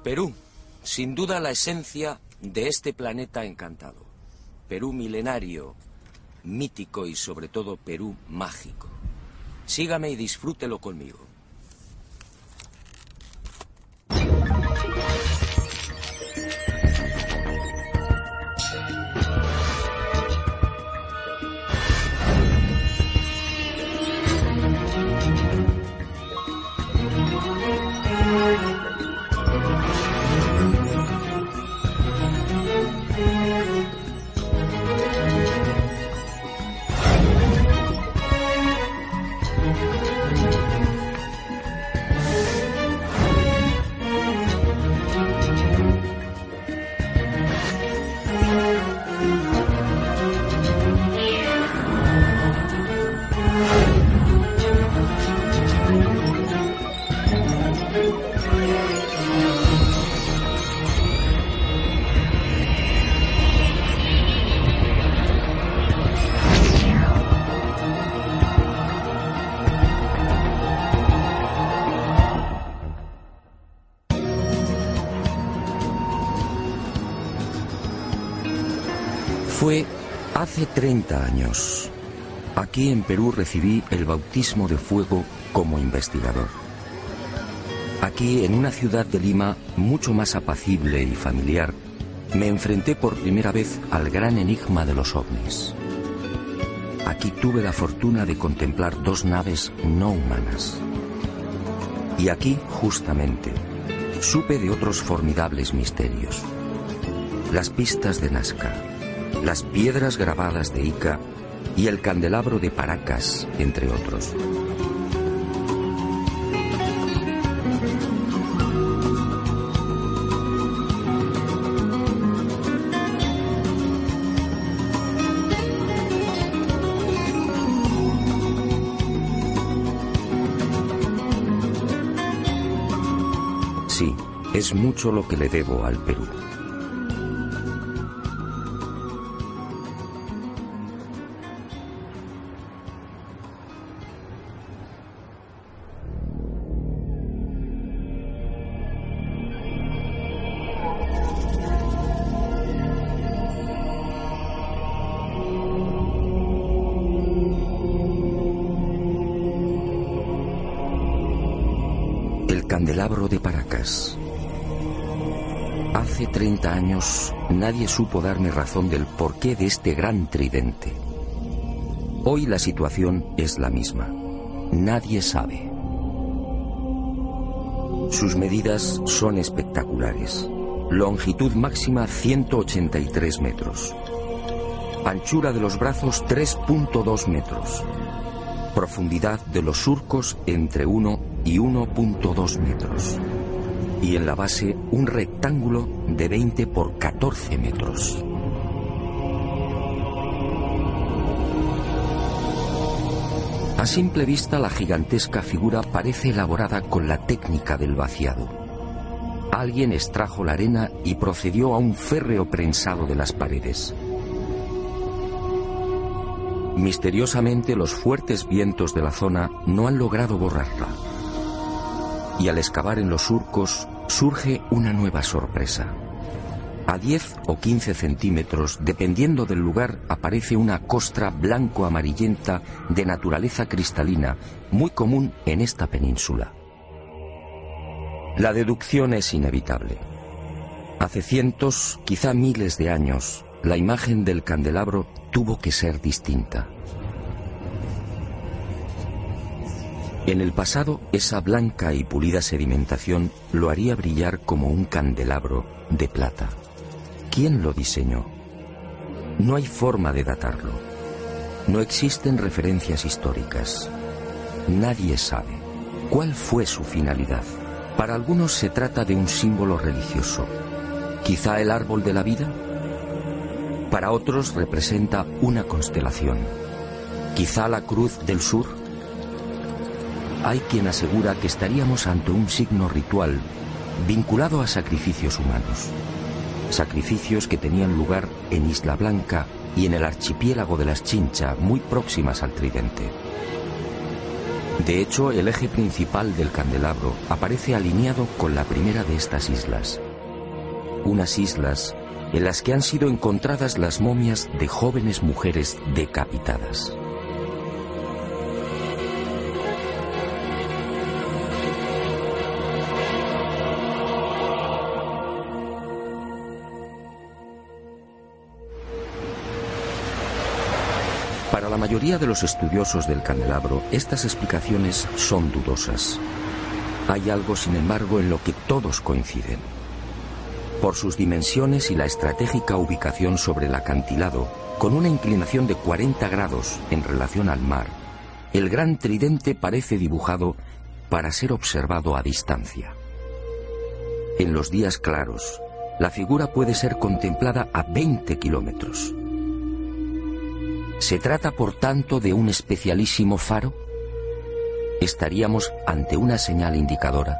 Perú, sin duda la esencia de este planeta encantado. Perú milenario, mítico y sobre todo Perú mágico. Sígame y disfrútelo conmigo. Fue hace 30 años. Aquí en Perú recibí el bautismo de fuego como investigador. Aquí, en una ciudad de Lima mucho más apacible y familiar, me enfrenté por primera vez al gran enigma de los ovnis. Aquí tuve la fortuna de contemplar 2 naves no humanas. Y aquí, justamente, supe de otros formidables misterios. Las pistas de Nazca, las piedras grabadas de Ica y el candelabro de Paracas, entre otros. Sí, es mucho lo que le debo al Perú. Candelabro de Paracas. Hace 30 años nadie supo darme razón del porqué de este gran tridente. Hoy la situación es la misma. Nadie sabe. Sus medidas son espectaculares. Longitud máxima 183 metros. Anchura de los brazos 3.2 metros. Profundidad de los surcos entre 1 y 1.2 metros. Y en la base un rectángulo de 20 por 14 metros. A simple vista la gigantesca figura parece elaborada con la técnica del vaciado. Alguien extrajo la arena y procedió a un férreo prensado de las paredes. Misteriosamente los fuertes vientos de la zona no han logrado borrarla. Y al excavar en los surcos surge una nueva sorpresa. A 10 o 15 centímetros, dependiendo del lugar, aparece una costra blanco-amarillenta de naturaleza cristalina, muy común en esta península. La deducción es inevitable. Hace cientos, quizá miles de años, la imagen del candelabro tuvo que ser distinta. En el pasado, esa blanca y pulida sedimentación lo haría brillar como un candelabro de plata. ¿Quién lo diseñó? No hay forma de datarlo. No existen referencias históricas. Nadie sabe cuál fue su finalidad. Para algunos se trata de un símbolo religioso. ¿Quizá el árbol de la vida? Para otros representa una constelación. ¿Quizá la cruz del sur? Hay quien asegura que estaríamos ante un signo ritual vinculado a sacrificios humanos. Sacrificios que tenían lugar en Isla Blanca y en el archipiélago de las Chincha, muy próximas al tridente. De hecho, el eje principal del candelabro aparece alineado con la primera de estas islas. Unas islas en las que han sido encontradas las momias de jóvenes mujeres decapitadas. Para la mayoría de los estudiosos del candelabro, estas explicaciones son dudosas. Hay algo, sin embargo, en lo que todos coinciden. Por sus dimensiones y la estratégica ubicación sobre el acantilado, con una inclinación de 40 grados en relación al mar, el gran tridente parece dibujado para ser observado a distancia. En los días claros, la figura puede ser contemplada a 20 kilómetros. ¿Se trata, por tanto, de un especialísimo faro? ¿Estaríamos ante una señal indicadora?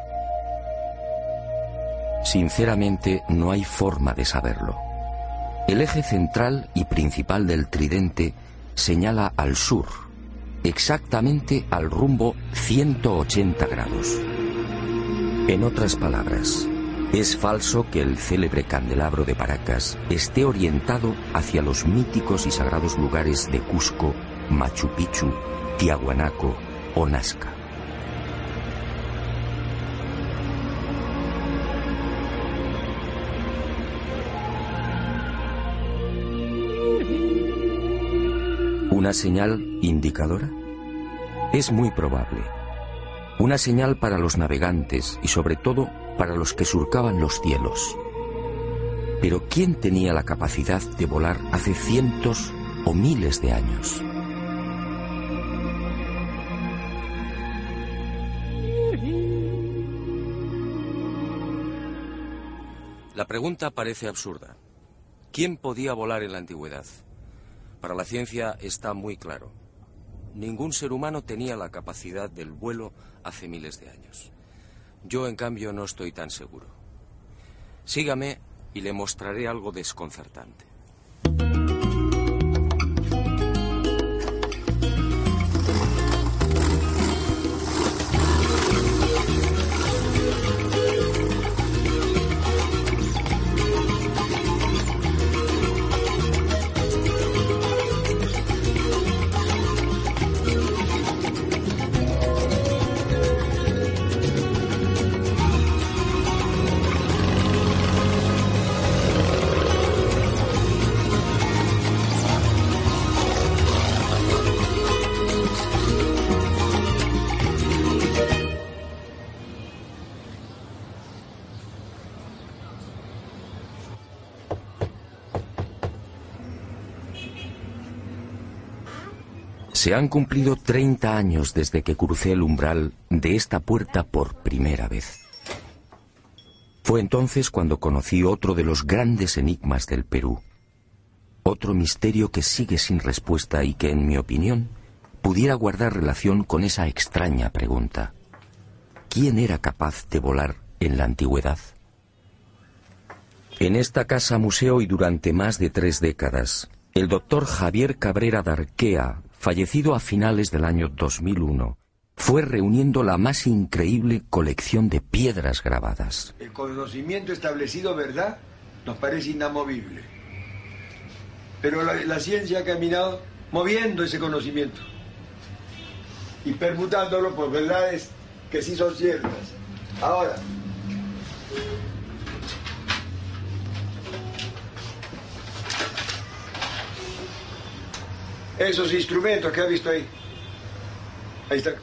Sinceramente, no hay forma de saberlo. El eje central y principal del tridente señala al sur, exactamente al rumbo 180 grados. En otras palabras, es falso que el célebre candelabro de Paracas esté orientado hacia los míticos y sagrados lugares de Cusco, Machu Picchu, Tiahuanaco o Nazca. ¿Una señal indicadora? Es muy probable. Una señal para los navegantes y sobre todo para los que surcaban los cielos. Pero ¿quién tenía la capacidad de volar hace cientos o miles de años? La pregunta parece absurda. ¿Quién podía volar en la antigüedad? Para la ciencia está muy claro. Ningún ser humano tenía la capacidad del vuelo hace miles de años. Yo, en cambio, no estoy tan seguro. Sígame y le mostraré algo desconcertante. Se han cumplido 30 años desde que crucé el umbral de esta puerta por primera vez. Fue entonces cuando conocí otro de los grandes enigmas del Perú. Otro misterio que sigue sin respuesta y que, en mi opinión, pudiera guardar relación con esa extraña pregunta. ¿Quién era capaz de volar en la antigüedad? En esta casa museo y durante más de 3 décadas, el doctor Javier Cabrera Darquea, fallecido a finales del año 2001, fue reuniendo la más increíble colección de piedras grabadas. El conocimiento establecido, ¿verdad?, nos parece inamovible. Pero la ciencia ha caminado moviendo ese conocimiento y permutándolo por verdades que sí son ciertas. Ahora, esos instrumentos que ha visto ahí. Ahí está.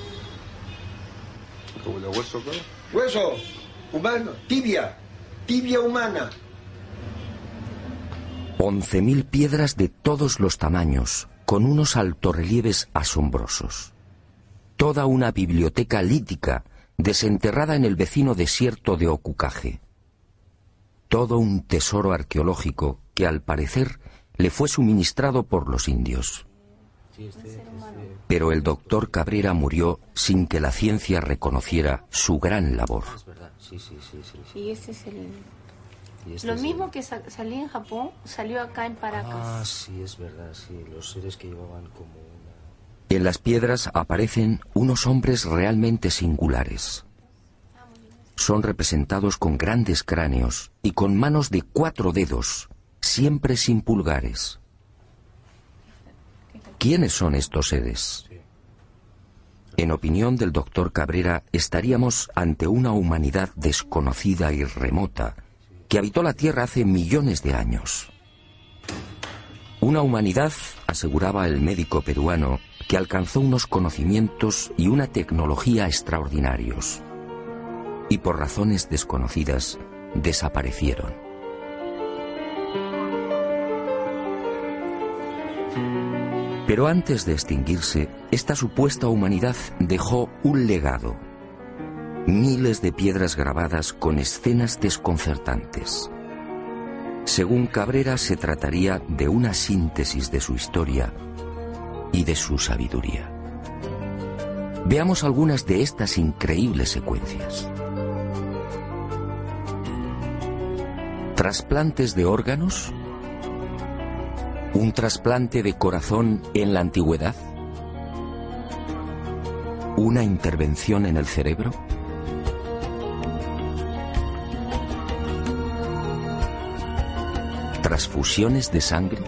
¿Como de hueso, claro? Hueso humano, tibia humana. 11.000 piedras de todos los tamaños, con unos altorrelieves asombrosos. Toda una biblioteca lítica desenterrada en el vecino desierto de Ocucaje. Todo un tesoro arqueológico que, al parecer, le fue suministrado por los indios. Pero el doctor Cabrera murió sin que la ciencia reconociera su gran labor. Es verdad, sí. Y ese es el... Lo mismo que salía en Japón, salió acá en Paracas. Ah, sí, es verdad, sí. Los seres que llevaban como una... En las piedras aparecen unos hombres realmente singulares. Son representados con grandes cráneos y con manos de 4 dedos, siempre sin pulgares. ¿Quiénes son estos seres? En opinión del doctor Cabrera, estaríamos ante una humanidad desconocida y remota que habitó la Tierra hace millones de años. Una humanidad, aseguraba el médico peruano, que alcanzó unos conocimientos y una tecnología extraordinarios. Y por razones desconocidas, desaparecieron. Pero antes de extinguirse, esta supuesta humanidad dejó un legado. Miles de piedras grabadas con escenas desconcertantes. Según Cabrera, se trataría de una síntesis de su historia y de su sabiduría. Veamos algunas de estas increíbles secuencias. ¿Trasplantes de órganos? ¿Un trasplante de corazón en la antigüedad? ¿Una intervención en el cerebro? ¿Transfusiones de sangre?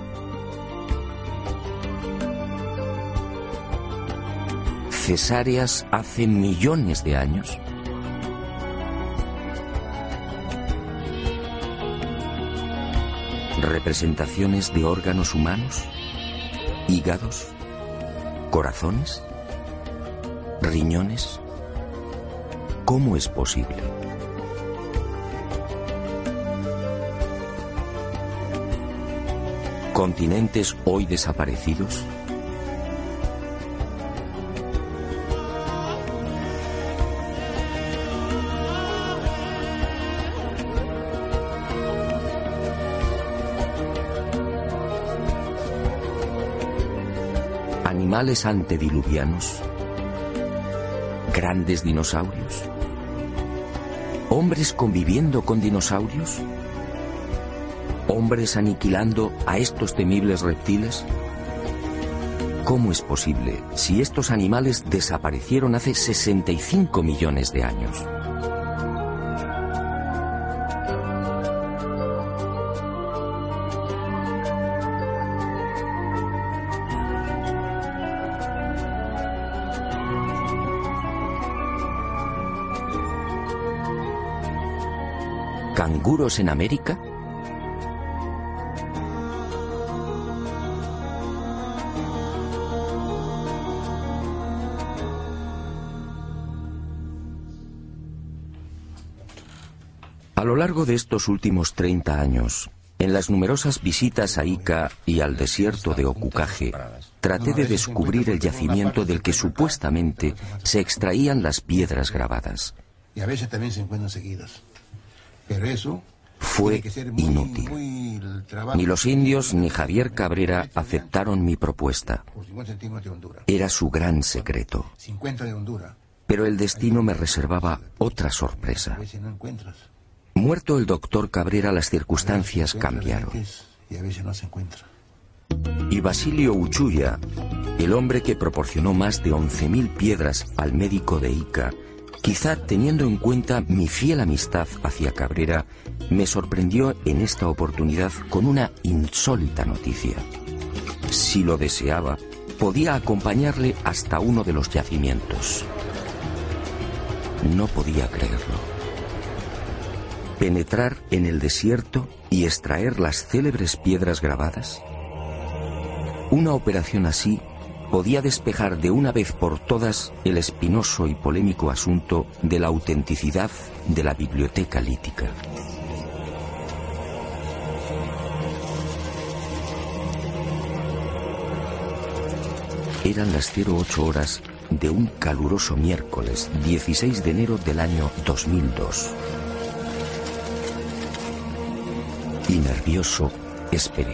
¿Cesáreas hace millones de años? ¿Representaciones de órganos humanos? ¿Hígados? ¿Corazones? ¿Riñones? ¿Cómo es posible? ¿Continentes hoy desaparecidos? ¿Animales antediluvianos? ¿Grandes dinosaurios? ¿Hombres conviviendo con dinosaurios? ¿Hombres aniquilando a estos temibles reptiles? ¿Cómo es posible si estos animales desaparecieron hace 65 millones de años? ¿Canguros en América? A lo largo de estos últimos 30 años, en las numerosas visitas a Ica y al desierto de Ocucaje, traté de descubrir el yacimiento del que supuestamente se extraían las piedras grabadas. Y a veces también se encuentran seguidas. Pero eso fue inútil. Ni los indios ni Javier Cabrera aceptaron mi propuesta. Era su gran secreto. Pero el destino me reservaba otra sorpresa. Muerto el doctor Cabrera, las circunstancias cambiaron. Y Basilio Uchuya, el hombre que proporcionó más de 11.000 piedras al médico de Ica, quizá teniendo en cuenta mi fiel amistad hacia Cabrera, me sorprendió en esta oportunidad con una insólita noticia. Si lo deseaba, podía acompañarle hasta uno de los yacimientos. No podía creerlo. ¿Penetrar en el desierto y extraer las célebres piedras grabadas? Una operación así podía despejar de una vez por todas el espinoso y polémico asunto de la autenticidad de la biblioteca lítica. Eran las 08 horas de un caluroso miércoles 16 de enero del año 2002. Y nervioso, esperé.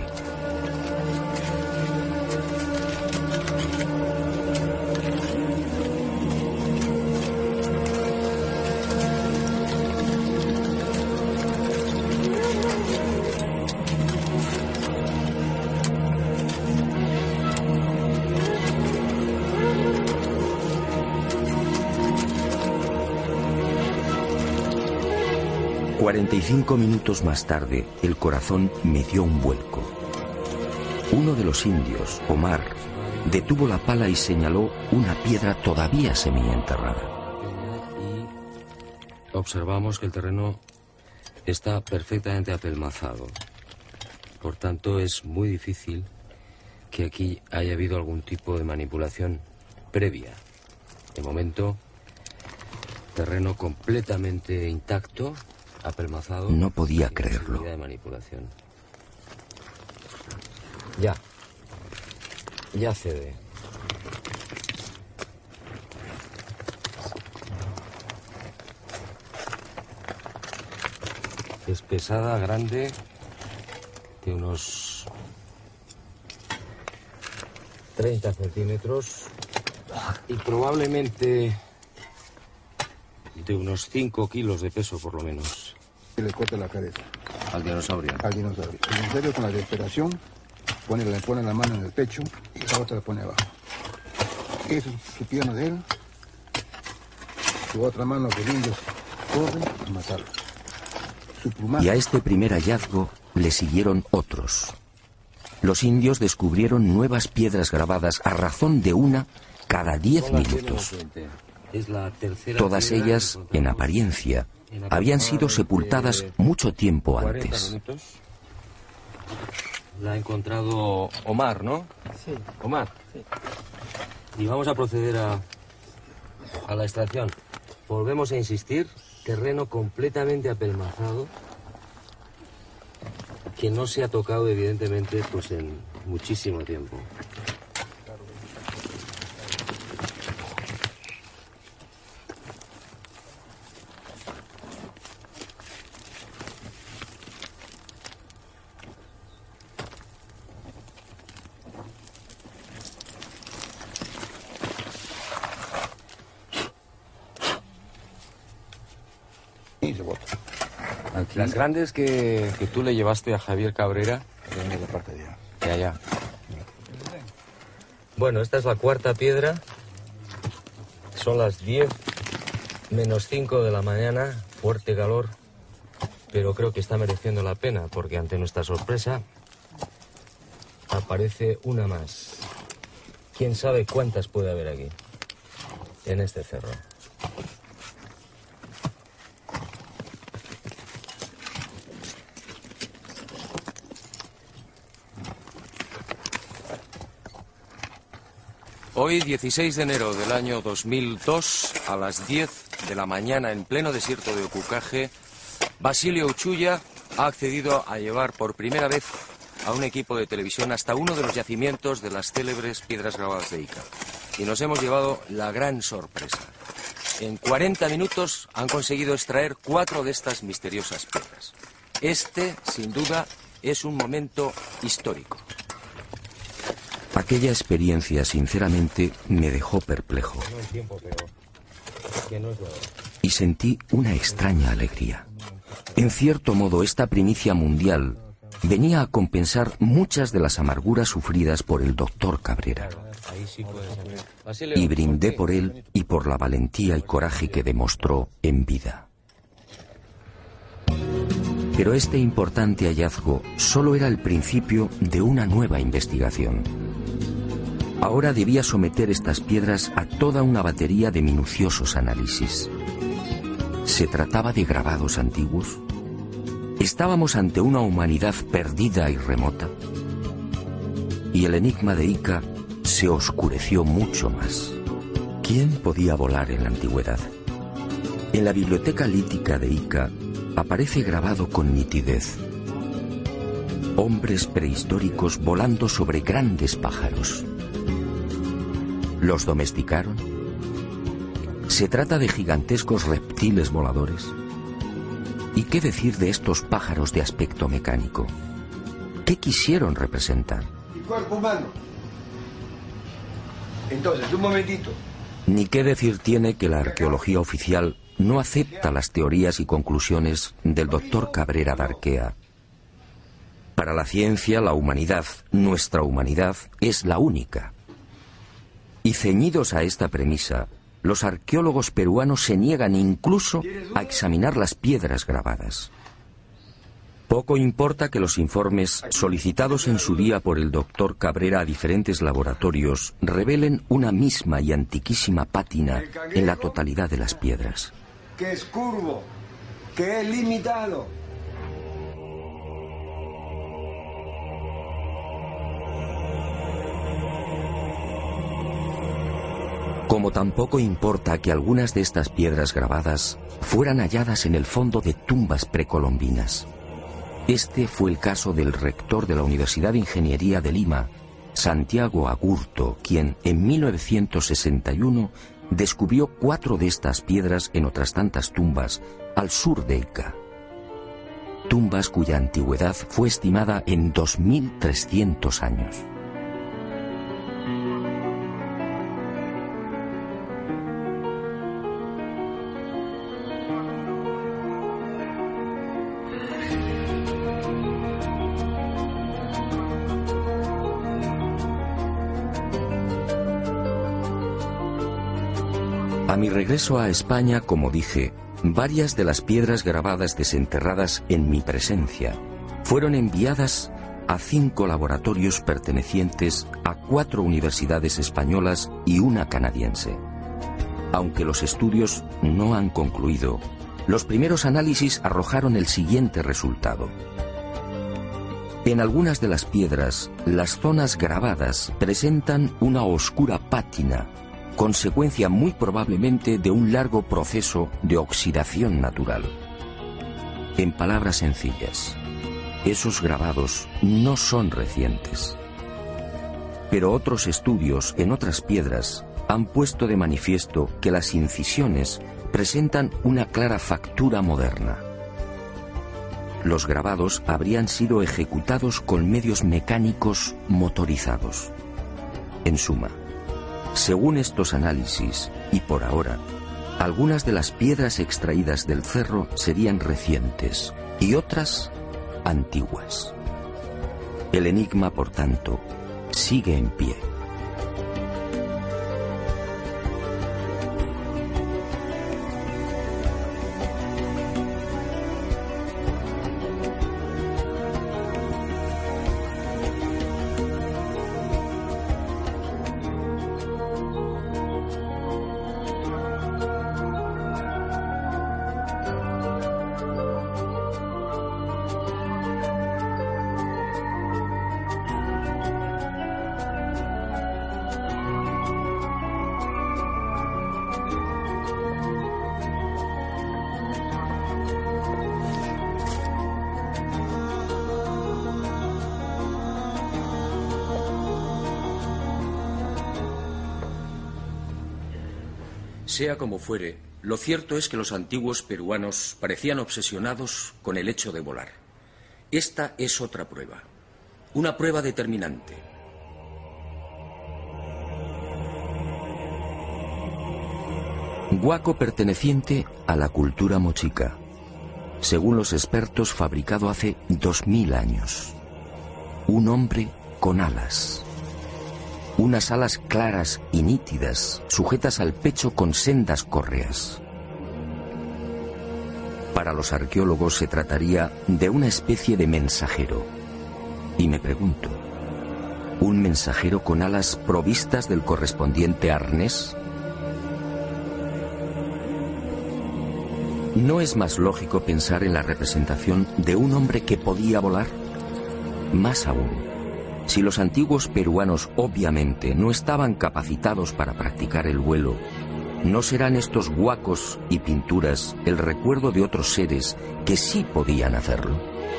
45 minutos más tarde, el corazón me dio un vuelco. Uno de los indios, Omar, detuvo la pala y señaló una piedra todavía semienterrada. Y observamos que el terreno está perfectamente apelmazado. Por tanto, es muy difícil que aquí haya habido algún tipo de manipulación previa. De momento, terreno completamente intacto, apelmazado. No podía creerlo. De manipulación. Ya cede. Es pesada, grande, de unos 30 centímetros y probablemente de unos 5 kilos de peso por lo menos. Y le corta la cabeza. Al dinosaurio. Al dinosaurio. El dinosaurio con la desesperación le pone la mano en el pecho y la otra la pone abajo. Eso es su pierna de él. Su otra mano que el indio corre a matarlo. Y a este primer hallazgo le siguieron otros. Los indios descubrieron nuevas piedras grabadas a razón de una cada 10 minutos. Todas ellas, en apariencia, habían sido sepultadas mucho tiempo antes. La ha encontrado Omar, ¿no? Sí. Omar. Sí. Y vamos a proceder a la extracción. Volvemos a insistir, terreno completamente apelmazado, que no se ha tocado evidentemente pues en muchísimo tiempo. Las grandes que tú le llevaste a Javier Cabrera. De la parte de allá. De allá. Bueno, esta es la cuarta piedra. Son las 10 menos 5 de la mañana. Fuerte calor. Pero creo que está mereciendo la pena porque ante nuestra sorpresa aparece una más. ¿Quién sabe cuántas puede haber aquí? En este cerro. Hoy, 16 de enero del año 2002, a las 10 de la mañana, en pleno desierto de Ocucaje, Basilio Uchuya ha accedido a llevar por primera vez a un equipo de televisión hasta uno de los yacimientos de las célebres piedras grabadas de Ica. Y nos hemos llevado la gran sorpresa. En 40 minutos han conseguido extraer 4 de estas misteriosas piedras. Este, sin duda, es un momento histórico. Aquella experiencia, sinceramente, me dejó perplejo. Y sentí una extraña alegría. En cierto modo, esta primicia mundial venía a compensar muchas de las amarguras sufridas por el doctor Cabrera. Y brindé por él y por la valentía y coraje que demostró en vida. Pero este importante hallazgo solo era el principio de una nueva investigación. Ahora debía someter estas piedras a toda una batería de minuciosos análisis. ¿Se trataba de grabados antiguos? ¿Estábamos ante una humanidad perdida y remota? Y el enigma de Ica se oscureció mucho más. ¿Quién podía volar en la antigüedad? En la biblioteca lítica de Ica aparece grabado con nitidez: hombres prehistóricos volando sobre grandes pájaros. ¿Los domesticaron? ¿Se trata de gigantescos reptiles voladores? ¿Y qué decir de estos pájaros de aspecto mecánico? ¿Qué quisieron representar? El cuerpo humano. Entonces, un momentito. Ni qué decir tiene que la arqueología oficial no acepta las teorías y conclusiones del doctor Cabrera Darquea. Para la ciencia, la humanidad, nuestra humanidad, es la única. Y ceñidos a esta premisa, los arqueólogos peruanos se niegan incluso a examinar las piedras grabadas. Poco importa que los informes solicitados en su día por el doctor Cabrera a diferentes laboratorios revelen una misma y antiquísima pátina en la totalidad de las piedras. Que es curvo, que es limitado. Como tampoco importa que algunas de estas piedras grabadas fueran halladas en el fondo de tumbas precolombinas. Este fue el caso del rector de la Universidad de Ingeniería de Lima, Santiago Agurto, quien en 1961 descubrió 4 de estas piedras en otras tantas tumbas al sur de Ica. Tumbas cuya antigüedad fue estimada en 2.300 años. A mi regreso a España, como dije, varias de las piedras grabadas desenterradas en mi presencia fueron enviadas a 5 laboratorios pertenecientes a 4 universidades españolas y una canadiense. Aunque los estudios no han concluido, los primeros análisis arrojaron el siguiente resultado. En algunas de las piedras, las zonas grabadas presentan una oscura pátina, consecuencia muy probablemente de un largo proceso de oxidación natural. En palabras sencillas, esos grabados no son recientes. Pero otros estudios en otras piedras han puesto de manifiesto que las incisiones presentan una clara factura moderna. Los grabados habrían sido ejecutados con medios mecánicos motorizados. En suma, según estos análisis, y por ahora, algunas de las piedras extraídas del cerro serían recientes y otras antiguas. El enigma, por tanto, sigue en pie. Sea como fuere, lo cierto es que los antiguos peruanos parecían obsesionados con el hecho de volar. Esta es otra prueba, una prueba determinante. Guaco perteneciente a la cultura mochica, según los expertos fabricado hace 2000 años. Un hombre con alas. Unas alas claras y nítidas, sujetas al pecho con sendas correas. Para los arqueólogos se trataría de una especie de mensajero. Y me pregunto, ¿un mensajero con alas provistas del correspondiente arnés? ¿No es más lógico pensar en la representación de un hombre que podía volar? Más aún, si los antiguos peruanos obviamente no estaban capacitados para practicar el vuelo, ¿no serán estos guacos y pinturas el recuerdo de otros seres que sí podían hacerlo?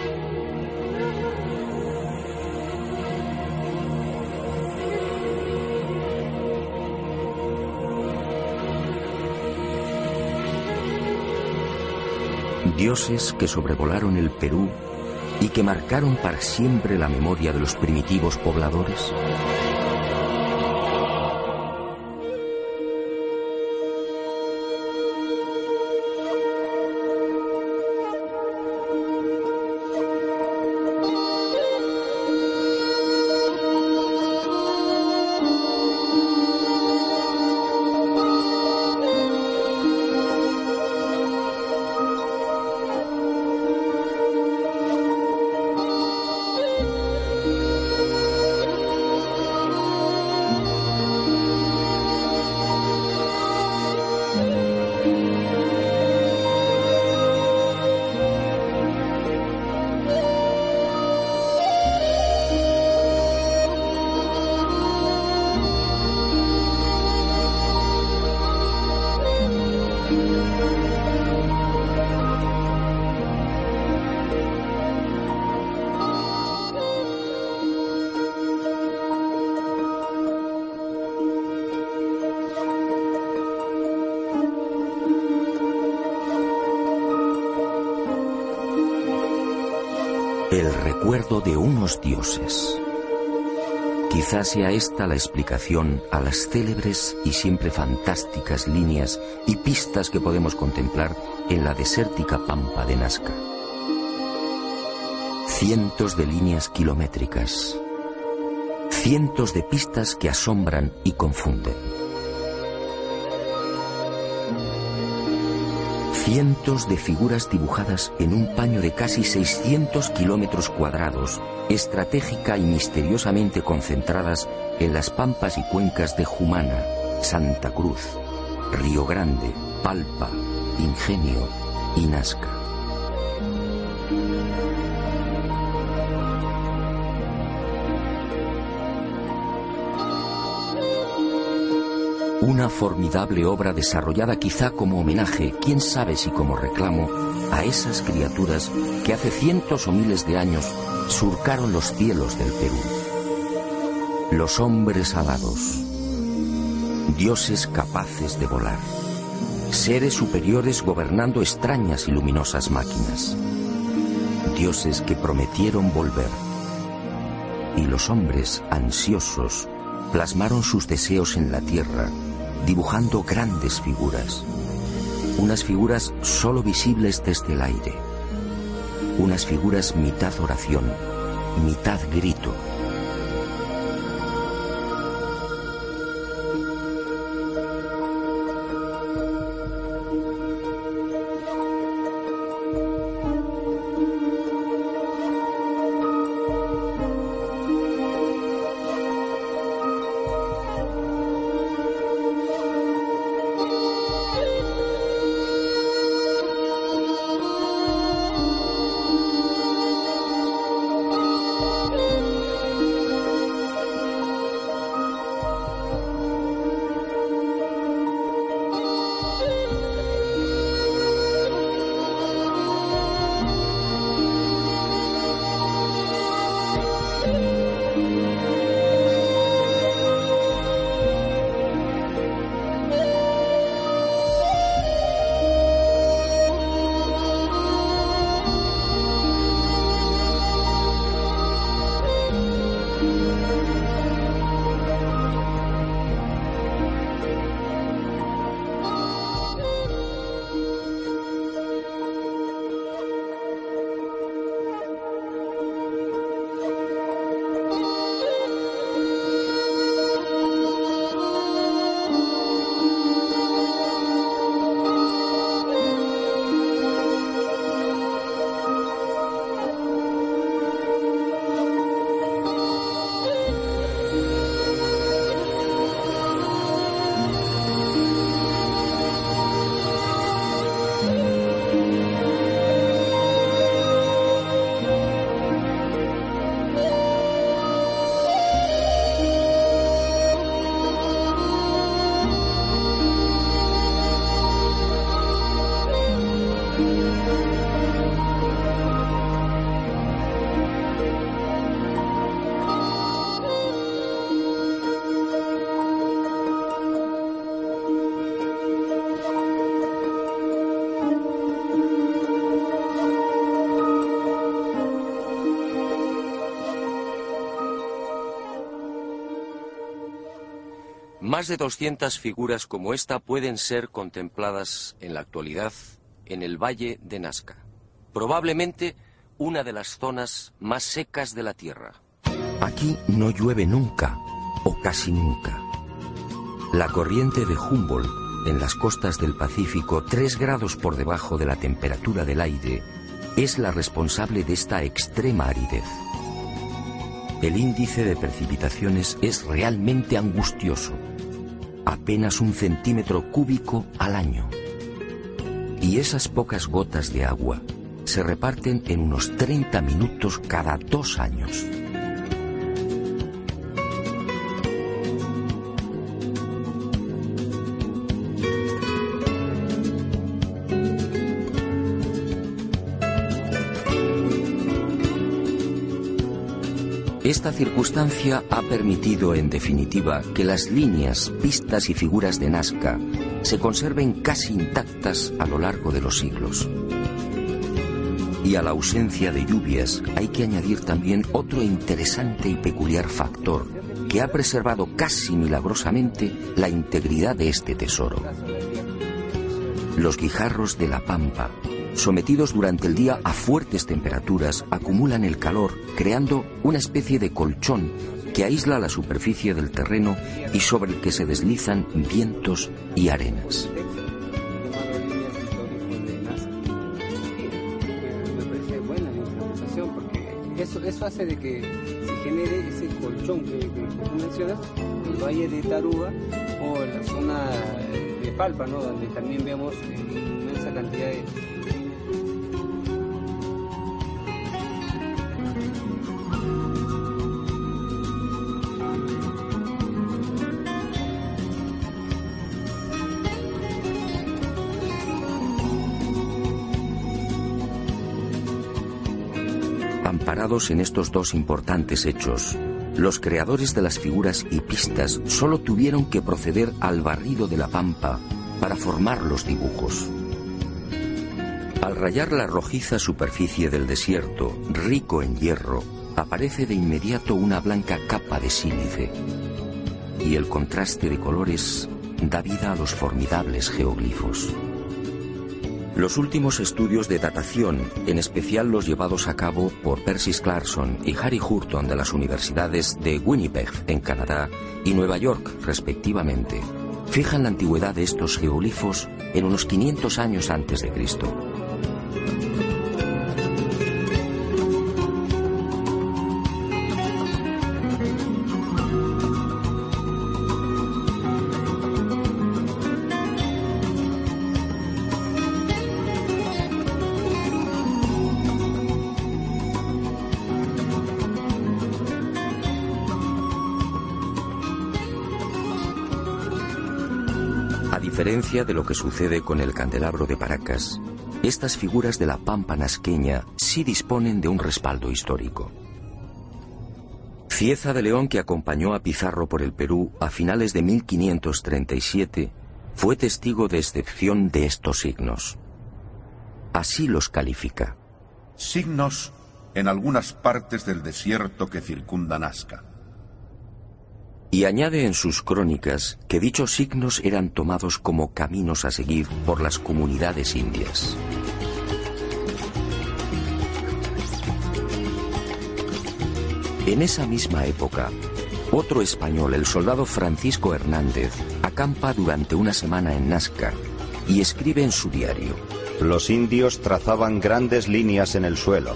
Dioses que sobrevolaron el Perú y que marcaron para siempre la memoria de los primitivos pobladores. El recuerdo de unos dioses. Quizás sea esta la explicación a las célebres y siempre fantásticas líneas y pistas que podemos contemplar en la desértica pampa de Nazca. Cientos de líneas kilométricas, cientos de pistas que asombran y confunden. Cientos de figuras dibujadas en un paño de casi 600 kilómetros cuadrados, estratégica y misteriosamente concentradas en las pampas y cuencas de Jumana, Santa Cruz, Río Grande, Palpa, Ingenio y Nazca. Una formidable obra desarrollada quizá como homenaje, quién sabe si como reclamo, a esas criaturas que hace cientos o miles de años surcaron los cielos del Perú. Los hombres alados, dioses capaces de volar, seres superiores gobernando extrañas y luminosas máquinas, dioses que prometieron volver. Y los hombres, ansiosos, plasmaron sus deseos en la tierra, dibujando grandes figuras, unas figuras solo visibles desde el aire, unas figuras mitad oración, mitad grito. Más de 200 figuras como esta pueden ser contempladas en la actualidad en el Valle de Nazca, probablemente una de las zonas más secas de la Tierra. Aquí no llueve nunca, o casi nunca. La corriente de Humboldt en las costas del Pacífico, 3 grados por debajo de la temperatura del aire, es la responsable de esta extrema aridez. El índice de precipitaciones es realmente angustioso, apenas 1 centímetro cúbico al año. Y esas pocas gotas de agua se reparten en unos 30 minutos cada 2 años. Esta circunstancia ha permitido, en definitiva, que las líneas, pistas y figuras de Nazca se conserven casi intactas a lo largo de los siglos. Y a la ausencia de lluvias hay que añadir también otro interesante y peculiar factor que ha preservado casi milagrosamente la integridad de este tesoro. Los guijarros de la pampa, sometidos durante el día a fuertes temperaturas, acumulan el calor, creando una especie de colchón que aísla la superficie del terreno y sobre el que se deslizan vientos y arenas. Eso hace de que se genere ese colchón que tú mencionas, el Valle de Taruga o en la zona de Palpa, ¿no? Donde también vemos inmensa cantidad de... Amparados en estos dos importantes hechos, los creadores de las figuras y pistas solo tuvieron que proceder al barrido de la pampa para formar los dibujos. Al rayar la rojiza superficie del desierto, rico en hierro, aparece de inmediato una blanca capa de sílice, y el contraste de colores da vida a los formidables geoglifos. Los últimos estudios de datación, en especial los llevados a cabo por Percy Clarkson y Harry Hurton de las universidades de Winnipeg, en Canadá, y Nueva York, respectivamente, fijan la antigüedad de estos geoglifos en unos 500 años antes de Cristo. A diferencia de lo que sucede con el candelabro de Paracas, estas figuras de la pampa nazqueña sí disponen de un respaldo histórico. Cieza de León, que acompañó a Pizarro por el Perú a finales de 1537, fue testigo de excepción de estos signos. Así los califica. Signos en algunas partes del desierto que circunda Nazca. Y añade en sus crónicas que dichos signos eran tomados como caminos a seguir por las comunidades indias. En esa misma época, otro español, el soldado Francisco Hernández, acampa durante una semana en Nazca y escribe en su diario: los indios trazaban grandes líneas en el suelo.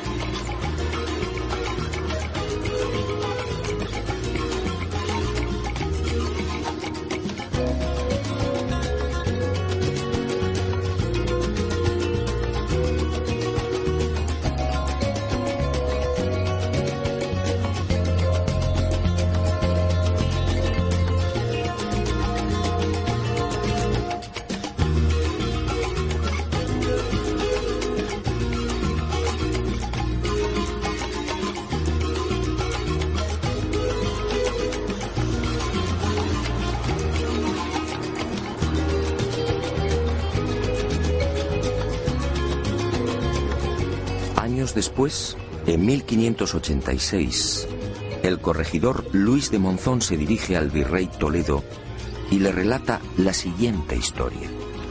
Después, en 1586, el corregidor Luis de Monzón se dirige al virrey Toledo y le relata la siguiente historia.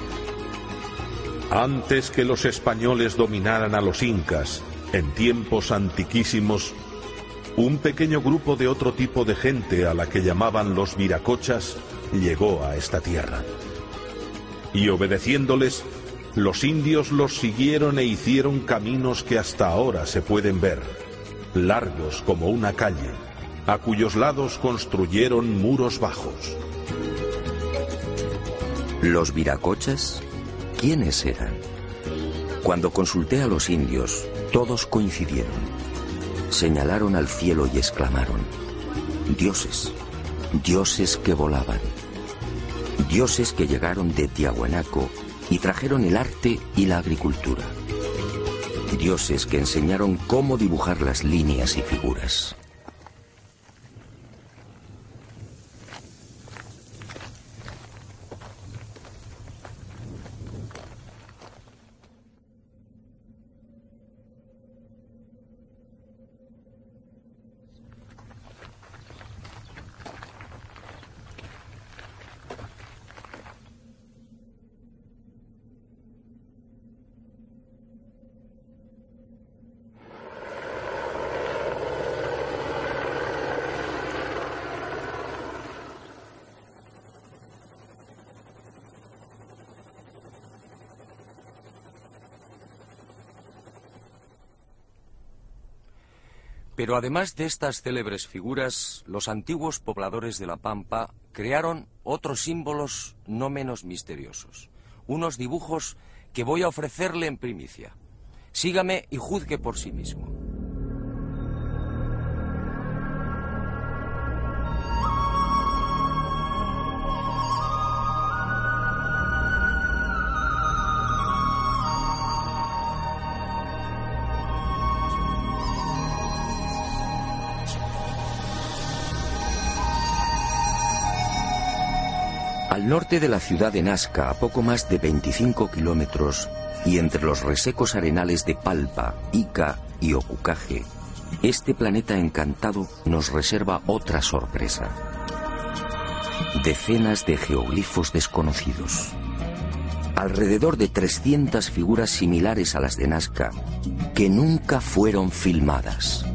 Antes que los españoles dominaran a los incas, en tiempos antiquísimos, un pequeño grupo de otro tipo de gente a la que llamaban los viracochas llegó a esta tierra. Y obedeciéndoles, los indios los siguieron e hicieron caminos que hasta ahora se pueden ver, largos como una calle, a cuyos lados construyeron muros bajos. ¿Los viracochas? ¿Quiénes eran? Cuando consulté a los indios, todos coincidieron. Señalaron al cielo y exclamaron: dioses, dioses que volaban, dioses que llegaron de Tiahuanaco y trajeron el arte y la agricultura. Dioses que enseñaron cómo dibujar las líneas y figuras. Pero además de estas célebres figuras, los antiguos pobladores de la Pampa crearon otros símbolos no menos misteriosos. Unos dibujos que voy a ofrecerle en primicia. Sígame y juzgue por sí mismo. Al norte de la ciudad de Nazca, a poco más de 25 kilómetros, y entre los resecos arenales de Palpa, Ica y Ocucaje, este planeta encantado nos reserva otra sorpresa. Decenas de geoglifos desconocidos. Alrededor de 300 figuras similares a las de Nazca, que nunca fueron filmadas.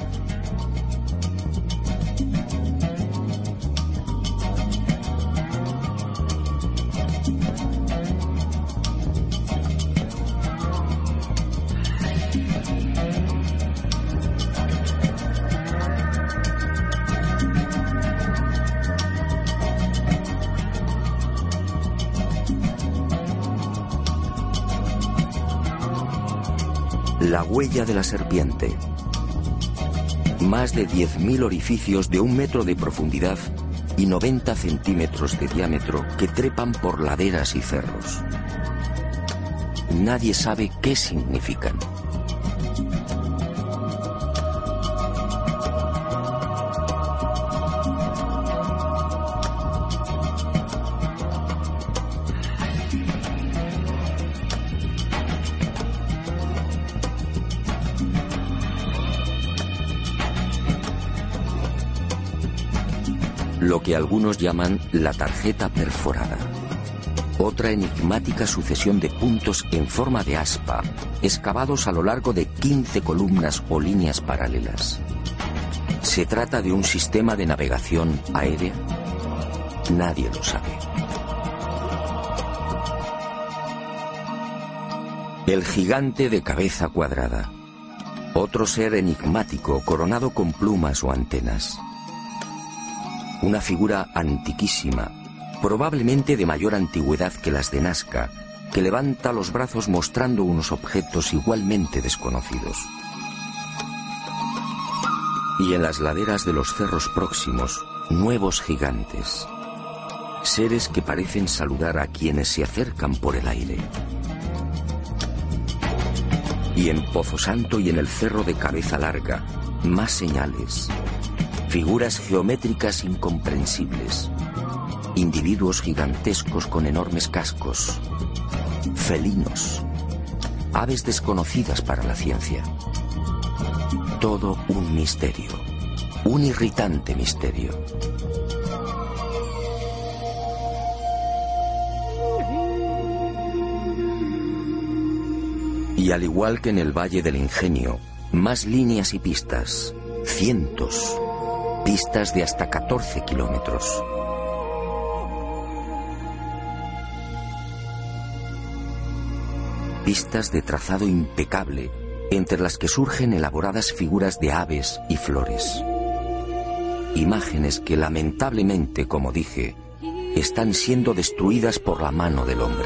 La huella de la serpiente. Más de 10.000 orificios de 1 metro de profundidad y 90 centímetros de diámetro que trepan por laderas y cerros. Nadie sabe qué significan. Lo que algunos llaman la tarjeta perforada. Otra enigmática sucesión de puntos en forma de aspa, excavados a lo largo de 15 columnas o líneas paralelas. ¿Se trata de un sistema de navegación aérea? Nadie lo sabe. El gigante de cabeza cuadrada. Otro ser enigmático coronado con plumas o antenas. Una figura antiquísima, probablemente de mayor antigüedad que las de Nazca, que levanta los brazos mostrando unos objetos igualmente desconocidos. Y en las laderas de los cerros próximos, nuevos gigantes. Seres que parecen saludar a quienes se acercan por el aire. Y en Pozo Santo y en el cerro de Cabeza Larga, más señales. Figuras geométricas incomprensibles, individuos gigantescos con enormes cascos, felinos, aves desconocidas para la ciencia. Todo un misterio, un irritante misterio. Y al igual que en el Valle del Ingenio, más líneas y pistas, cientos. Pistas de hasta 14 kilómetros. Pistas de trazado impecable, entre las que surgen elaboradas figuras de aves y flores. Imágenes que lamentablemente, como dije, están siendo destruidas por la mano del hombre.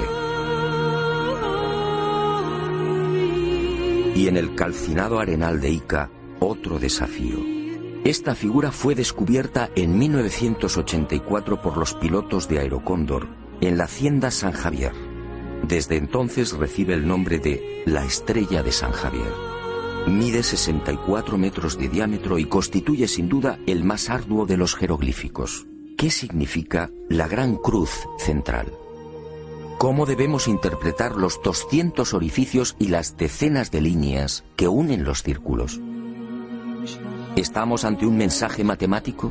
Y en el calcinado arenal de Ica, otro desafío. Esta figura fue descubierta en 1984 por los pilotos de Aerocóndor en la hacienda San Javier. Desde entonces recibe el nombre de la Estrella de San Javier. Mide 64 metros de diámetro y constituye sin duda el más arduo de los jeroglíficos. ¿Qué significa la Gran Cruz central? ¿Cómo debemos interpretar los 200 orificios y las decenas de líneas que unen los círculos? ¿Estamos ante un mensaje matemático?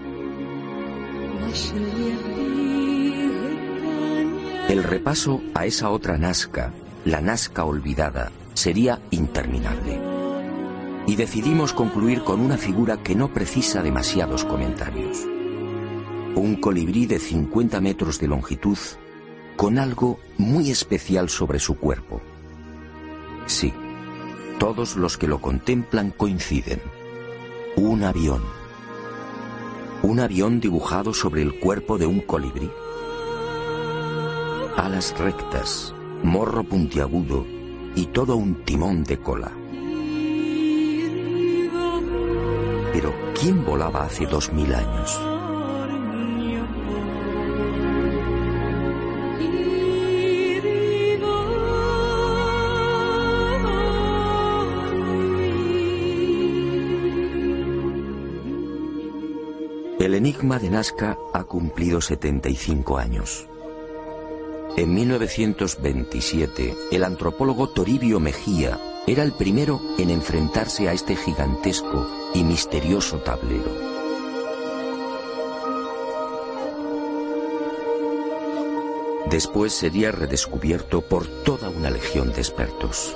El repaso a esa otra Nazca, la Nazca olvidada, sería interminable. Y decidimos concluir con una figura que no precisa demasiados comentarios. Un colibrí de 50 metros de longitud, con algo muy especial sobre su cuerpo. Sí, todos los que lo contemplan coinciden. Un avión. Un avión dibujado sobre el cuerpo de un colibrí. Alas rectas, morro puntiagudo y todo un timón de cola. Pero ¿quién volaba hace 2000 años? El enigma de Nazca ha cumplido 75 años. En 1927, el antropólogo Toribio Mejía era el primero en enfrentarse a este gigantesco y misterioso tablero. Después sería redescubierto por toda una legión de expertos.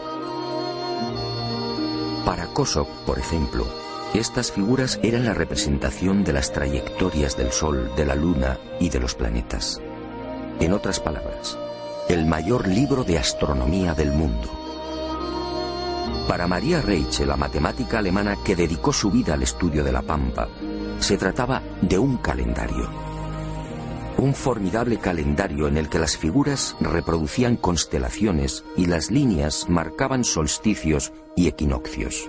Para Kosok, por ejemplo, estas figuras eran la representación de las trayectorias del Sol, de la Luna y de los planetas. En otras palabras, el mayor libro de astronomía del mundo. Para Maria Reiche, la matemática alemana que dedicó su vida al estudio de la Pampa, se trataba de un calendario. Un formidable calendario en el que las figuras reproducían constelaciones y las líneas marcaban solsticios y equinoccios.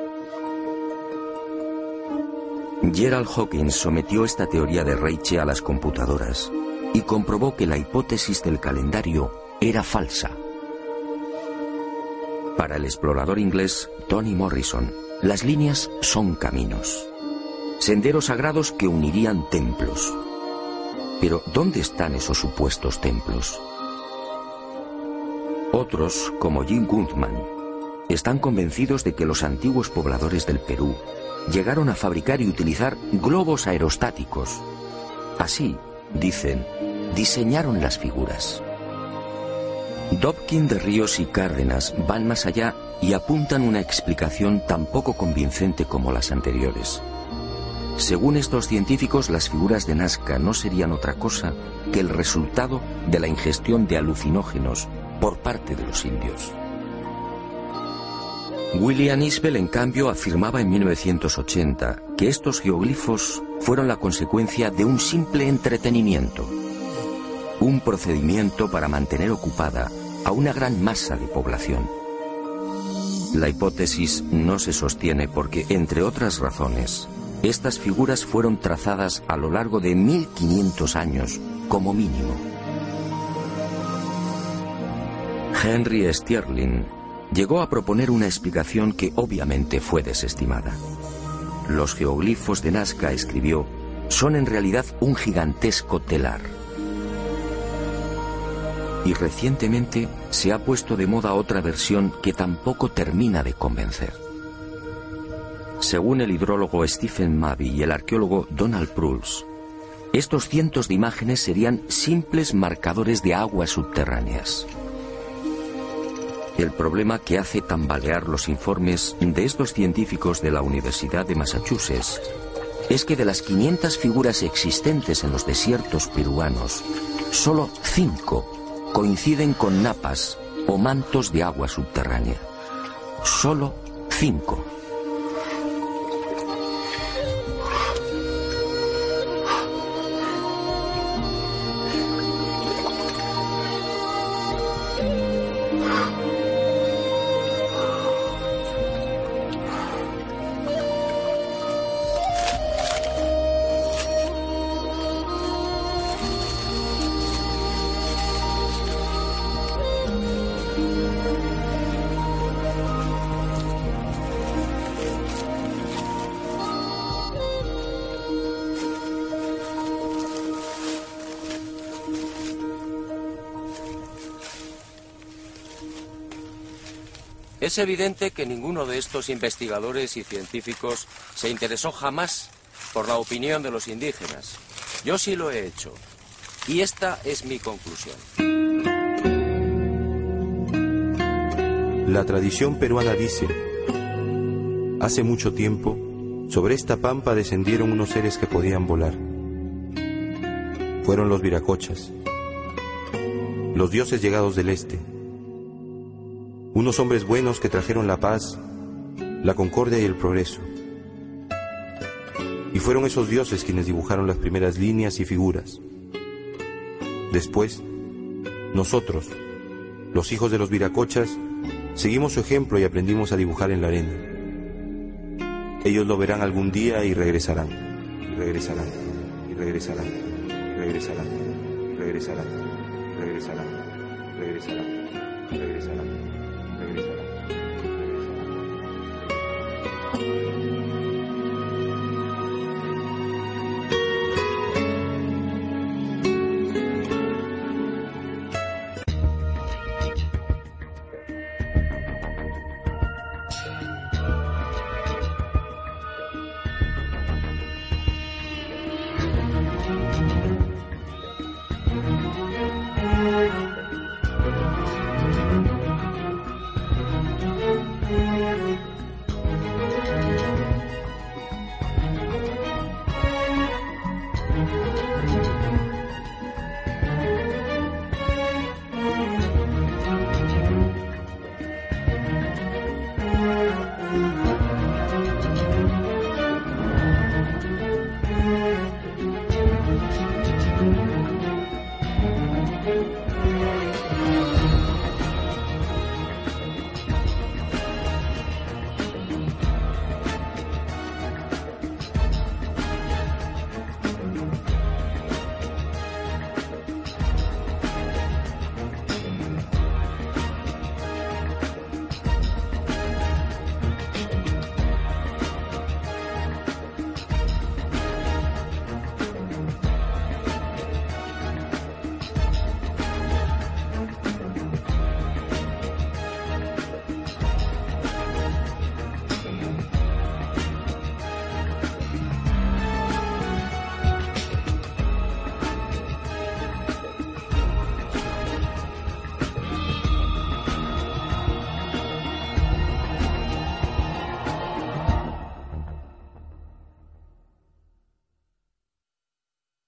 Gerald Hawkins sometió esta teoría de Reiche a las computadoras y comprobó que la hipótesis del calendario era falsa. Para el explorador inglés Tony Morrison, las líneas son caminos, senderos sagrados que unirían templos. Pero ¿dónde están esos supuestos templos? Otros, como Jim Gutman, están convencidos de que los antiguos pobladores del Perú llegaron a fabricar y utilizar globos aerostáticos. Así, dicen, diseñaron las figuras. Dobkin de Ríos y Cárdenas van más allá y apuntan una explicación tan poco convincente como las anteriores. Según estos científicos, las figuras de Nazca no serían otra cosa que el resultado de la ingestión de alucinógenos por parte de los indios. William Isbell, en cambio, afirmaba en 1980 que estos geoglifos fueron la consecuencia de un simple entretenimiento, un procedimiento para mantener ocupada a una gran masa de población. La hipótesis no se sostiene porque, entre otras razones, estas figuras fueron trazadas a lo largo de 1500 años como mínimo. Henry Sterling llegó a proponer una explicación que obviamente fue desestimada. Los geoglifos de Nazca, escribió, son en realidad un gigantesco telar. Y recientemente se ha puesto de moda otra versión que tampoco termina de convencer. Según el hidrólogo Stephen Mabey y el arqueólogo Donald Prulls, estos cientos de imágenes serían simples marcadores de aguas subterráneas. El problema que hace tambalear los informes de estos científicos de la Universidad de Massachusetts es que de las 500 figuras existentes en los desiertos peruanos, solo 5 coinciden con napas o mantos de agua subterránea. Solo 5. Es evidente que ninguno de estos investigadores y científicos se interesó jamás por la opinión de los indígenas. Yo sí lo he hecho. Y esta es mi conclusión. La tradición peruana dice: hace mucho tiempo, sobre esta pampa descendieron unos seres que podían volar. Fueron los viracochas, los dioses llegados del este. Unos hombres buenos que trajeron la paz, la concordia y el progreso. Y fueron esos dioses quienes dibujaron las primeras líneas y figuras. Después, nosotros, los hijos de los viracochas, seguimos su ejemplo y aprendimos a dibujar en la arena. Ellos lo verán algún día y regresarán. Y regresarán. Y regresarán. Regresarán. Regresarán. Regresarán. Regresarán. Regresarán.